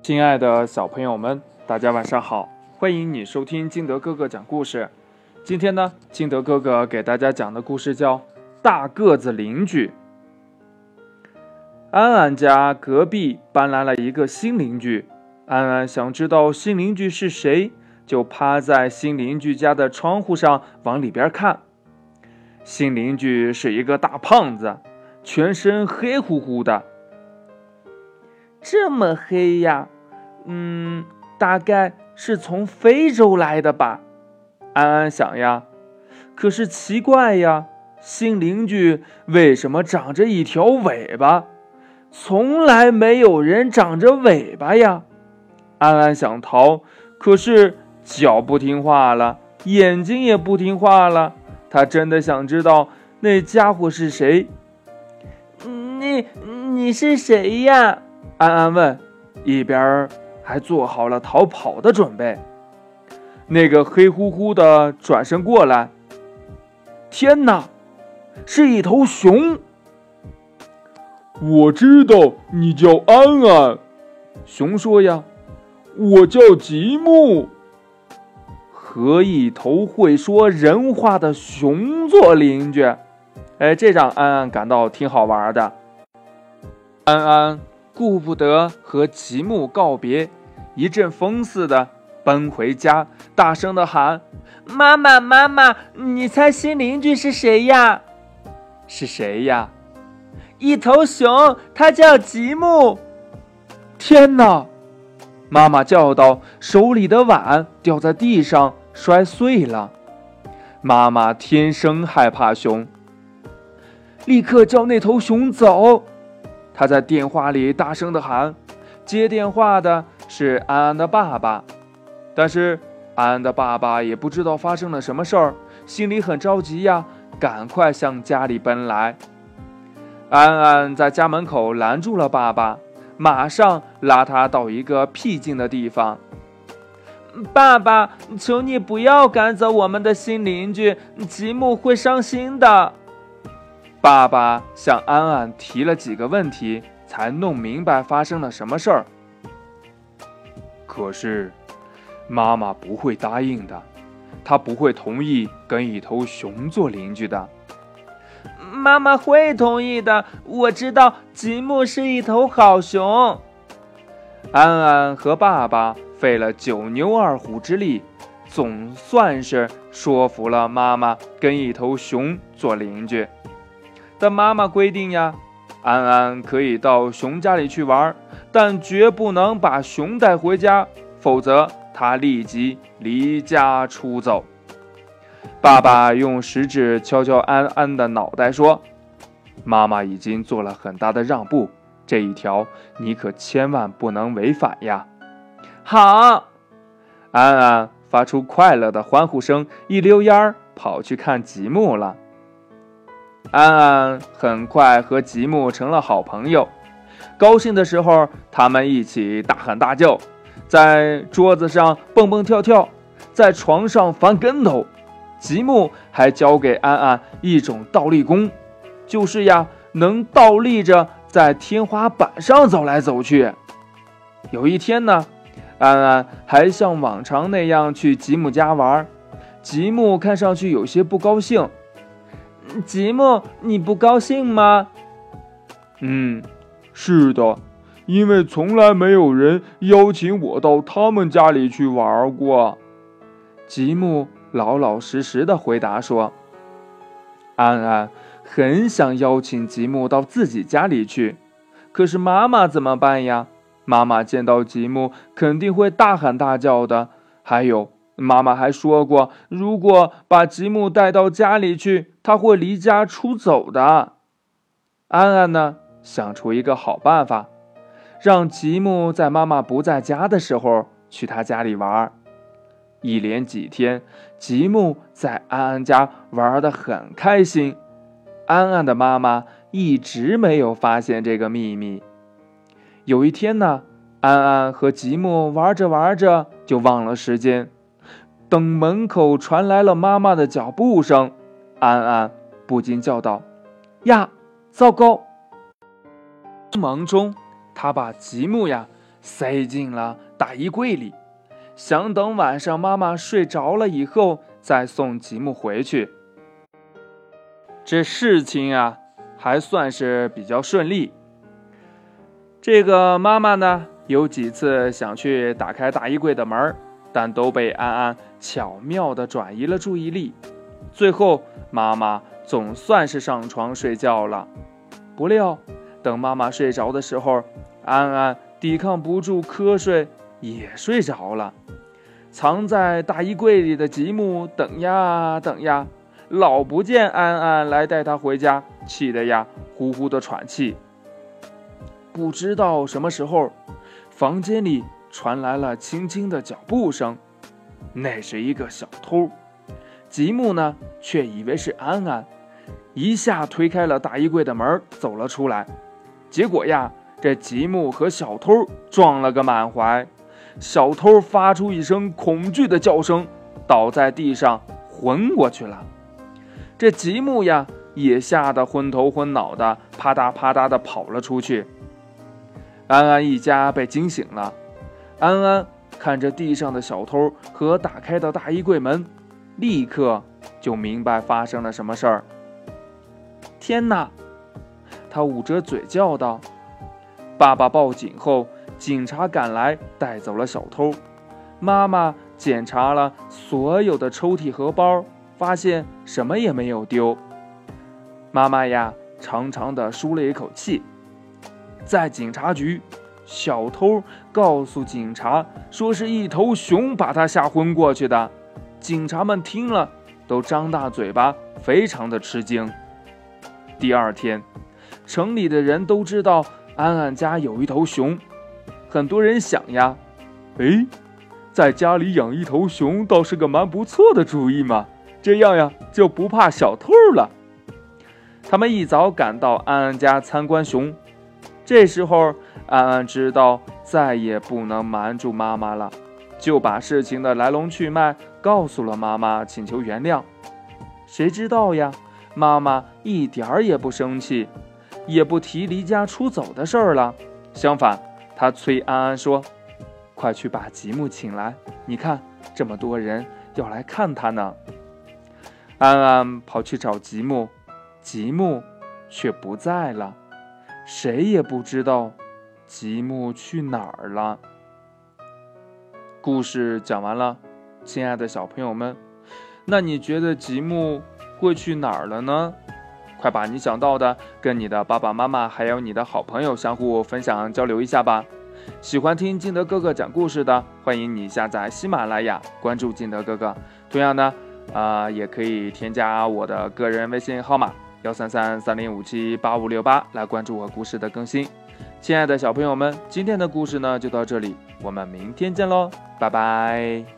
亲爱的小朋友们，大家晚上好，欢迎你收听金德哥哥讲故事。今天呢，金德哥哥给大家讲的故事叫《大个子邻居》。安安家隔壁搬来了一个新邻居，安安想知道新邻居是谁，就趴在新邻居家的窗户上往里边看。新邻居是一个大胖子，全身黑乎乎的。这么黑呀？大概是从非洲来的吧，安安想呀。可是奇怪呀，新邻居为什么长着一条尾巴？从来没有人长着尾巴呀。安安想逃，可是脚不听话了，眼睛也不听话了。他真的想知道那家伙是谁。你是谁呀？安安问，一边还做好了逃跑的准备。那个黑乎乎的转身过来，天哪，是一头熊！ 我知道你叫安安， 熊说呀， 我叫吉木。 和一头会说人话的熊做邻居，这让安安感到挺好玩的。安安顾不得和吉木告别，一阵风似的奔回家，大声地喊：妈妈妈妈，你猜新邻居是谁呀？是谁呀？一头熊，它叫吉木。天哪！妈妈叫道，手里的碗掉在地上摔碎了。妈妈天生害怕熊，立刻叫那头熊走。她在电话里大声地喊，接电话的是安安的爸爸。但是安安的爸爸也不知道发生了什么事儿，心里很着急呀，赶快向家里奔来。安安在家门口拦住了爸爸，马上拉他到一个僻静的地方。爸爸，求你不要赶走我们的新邻居，吉木会伤心的。爸爸向安安提了几个问题，才弄明白发生了什么事儿。 可是妈妈不会答应的，她不会同意跟一头熊做邻居的。 妈妈会同意的，我知道吉木是一头好熊。安安和爸爸费了9牛2虎之力，总算是说服了妈妈跟一头熊做邻居。但妈妈规定呀，安安可以到熊家里去玩，但绝不能把熊带回家，否则他立即离家出走。爸爸用食指敲敲安安的脑袋说，妈妈已经做了很大的让步，这一条你可千万不能违反呀。好，安安发出快乐的欢呼声，一溜烟儿跑去看吉木了。安安很快和吉木成了好朋友，高兴的时候他们一起大喊大叫，在桌子上蹦蹦跳跳，在床上翻跟头。吉木还教给安安一种倒立功，就是呀，能倒立着在天花板上走来走去。有一天呢，安安还像往常那样去吉木家玩，吉木看上去有些不高兴。吉木，你不高兴吗？ 是的，因为从来没有人邀请我到他们家里去玩过。 吉木老老实实的回答说。安安很想邀请吉木到自己家里去，可是妈妈怎么办呀？妈妈见到吉木肯定会大喊大叫的，还有妈妈还说过，如果把吉木带到家里去，他会离家出走的。安安呢，想出一个好办法，让吉木在妈妈不在家的时候去他家里玩。一连几天，吉木在安安家玩得很开心，安安的妈妈一直没有发现这个秘密。有一天呢，安安和吉木玩着玩着就忘了时间，等门口传来了妈妈的脚步声，安安不禁叫道：呀，糟糕！忙中，他把吉木呀塞进了大衣柜里，想等晚上妈妈睡着了以后再送吉木回去。这事情啊，还算是比较顺利。这个妈妈呢，有几次想去打开大衣柜的门，但都被安安巧妙地转移了注意力。最后，妈妈总算是上床睡觉了。不料，等妈妈睡着的时候，安安抵抗不住瞌睡，也睡着了。藏在大衣柜里的吉木等呀等呀，老不见安安来带他回家，气得呀呼呼的喘气。不知道什么时候，房间里传来了轻轻的脚步声，那是一个小偷。吉木呢，却以为是安安，一下推开了大衣柜的门，走了出来。结果呀，这吉木和小偷撞了个满怀，小偷发出一声恐惧的叫声，倒在地上昏过去了。这吉木呀，也吓得昏头昏脑的，啪嗒啪嗒的跑了出去。安安一家被惊醒了，安安看着地上的小偷和打开的大衣柜门，立刻就明白发生了什么事儿。天哪！他捂着嘴叫道。爸爸报警后，警察赶来带走了小偷。妈妈检查了所有的抽屉和包，发现什么也没有丢。妈妈呀，长长的舒了一口气。在警察局，小偷告诉警察说是一头熊把他吓昏过去的。警察们听了都张大嘴巴，非常的吃惊。第二天，城里的人都知道安安家有一头熊。很多人想呀，在家里养一头熊倒是个蛮不错的主意嘛，这样呀就不怕小偷了。他们一早赶到安安家参观熊。这时候，安安知道再也不能瞒住妈妈了，就把事情的来龙去脉告诉了妈妈，请求原谅。谁知道呀，妈妈一点儿也不生气，也不提离家出走的事儿了。相反，她催安安说：“快去把吉木请来，你看这么多人要来看他呢。”安安跑去找吉木，吉木却不在了。谁也不知道吉木去哪儿了。故事讲完了，亲爱的小朋友们，那你觉得吉木会去哪儿了呢？快把你想到的跟你的爸爸妈妈还有你的好朋友相互分享交流一下吧。喜欢听金德哥哥讲故事的，欢迎你下载喜马拉雅，关注金德哥哥。同样呢，也可以添加我的个人微信号码13330578568来关注我故事的更新。亲爱的小朋友们，今天的故事呢就到这里，我们明天见喽，拜拜。